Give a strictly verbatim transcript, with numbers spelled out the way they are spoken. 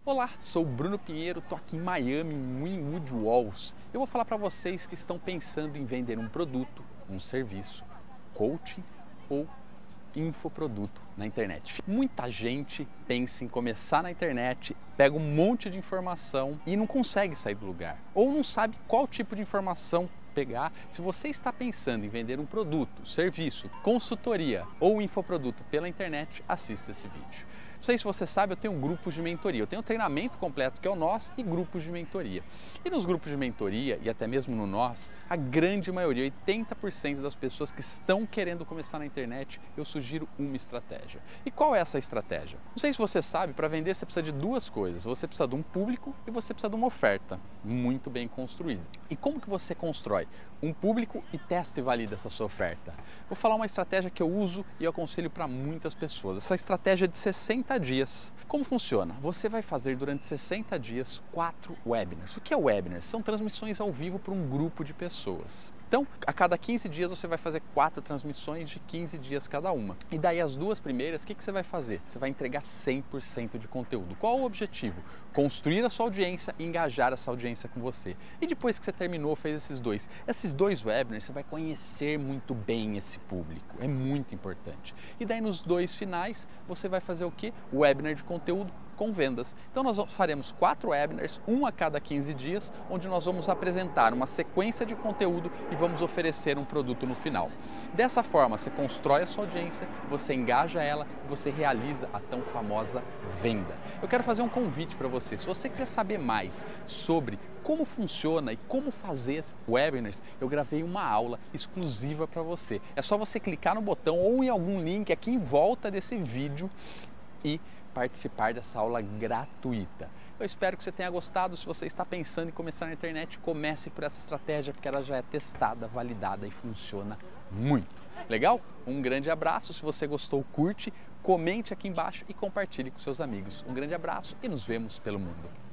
Olá, sou o Bruno Pinheiro, estou aqui em Miami, em Wynwood Walls. Eu vou falar para vocês que estão pensando em vender um produto, um serviço, coaching ou infoproduto na internet. Muita gente pensa em começar na internet, pega um monte de informação e não consegue sair do lugar. Ou não sabe qual tipo de informação pegar. Se você está pensando em vender um produto, serviço, consultoria ou infoproduto pela internet, assista esse vídeo. Não sei se você sabe, eu tenho grupos de mentoria. Eu tenho um treinamento completo que é o Nós e grupos de mentoria. E nos grupos de mentoria, e até mesmo no Nós, a grande maioria, oitenta por cento das pessoas que estão querendo começar na internet, eu sugiro uma estratégia. E qual é essa estratégia? Não sei se você sabe, para vender você precisa de duas coisas. Você precisa de um público e você precisa de uma oferta muito bem construída. E como que você constrói um público e testa e valida essa sua oferta? Vou falar uma estratégia que eu uso e eu aconselho para muitas pessoas. Essa estratégia é de sessenta dias. Como funciona? Você vai fazer durante sessenta dias quatro webinars. O que é webinars? São transmissões ao vivo para um grupo de pessoas. Então, a cada quinze dias você vai fazer quatro transmissões de quinze dias cada uma. E daí as duas primeiras, o que, que você vai fazer? Você vai entregar cem por cento de conteúdo. Qual o objetivo? Construir a sua audiência e engajar essa audiência com você. E depois que você terminou, fez esses dois, esses dois webinars, você vai conhecer muito bem esse público. É muito importante. E daí nos dois finais, você vai fazer o quê? O webinar de conteúdo com vendas. Então nós faremos quatro webinars, um a cada quinze dias, onde nós vamos apresentar uma sequência de conteúdo e vamos oferecer um produto no final. Dessa forma, você constrói a sua audiência, você engaja ela e você realiza a tão famosa venda. Eu quero fazer um convite para você. Se você quiser saber mais sobre como funciona e como fazer webinars, eu gravei uma aula exclusiva para você. É só você clicar no botão ou em algum link aqui em volta desse vídeo e participar dessa aula gratuita. Eu espero que você tenha gostado. Se você está pensando em começar na internet, comece por essa estratégia, porque ela já é testada, validada e funciona muito. Legal? Um grande abraço. Se você gostou, curte, comente aqui embaixo e compartilhe com seus amigos. Um grande abraço e nos vemos pelo mundo.